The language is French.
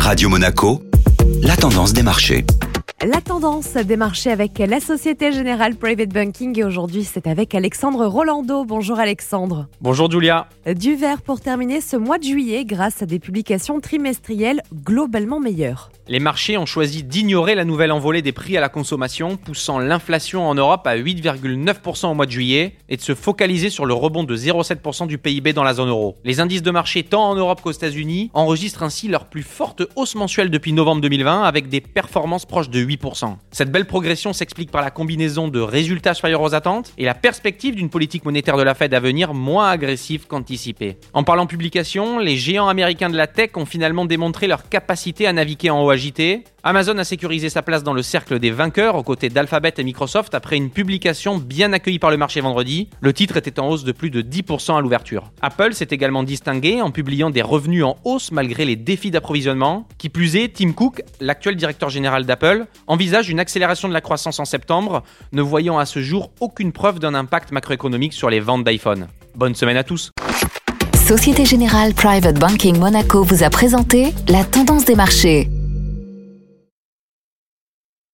Radio Monaco, la tendance des marchés. La tendance des marchés avec la Société Générale Private Banking et aujourd'hui c'est avec Alexandre Rolando. Bonjour Alexandre. Bonjour Julia. Du vert pour terminer ce mois de juillet grâce à des publications trimestrielles globalement meilleures. Les marchés ont choisi d'ignorer la nouvelle envolée des prix à la consommation, poussant l'inflation en Europe à 8,9% au mois de juillet et de se focaliser sur le rebond de 0,7% du PIB dans la zone euro. Les indices de marché tant en Europe qu'aux États-Unis enregistrent ainsi leur plus forte hausse mensuelle depuis novembre 2020 avec des performances proches de 8%. Cette belle progression s'explique par la combinaison de résultats supérieurs aux attentes et la perspective d'une politique monétaire de la Fed à venir moins agressive qu'anticipée. En parlant publication, les géants américains de la tech ont finalement démontré leur capacité à naviguer en haut agité. Amazon a sécurisé sa place dans le cercle des vainqueurs aux côtés d'Alphabet et Microsoft après une publication bien accueillie par le marché vendredi. Le titre était en hausse de plus de 10% à l'ouverture. Apple s'est également distingué en publiant des revenus en hausse malgré les défis d'approvisionnement. Qui plus est, Tim Cook, l'actuel directeur général d'Apple, envisage une accélération de la croissance en septembre, ne voyant à ce jour aucune preuve d'un impact macroéconomique sur les ventes d'iPhone. Bonne semaine à tous. Société Générale Private Banking Monaco vous a présenté la tendance des marchés.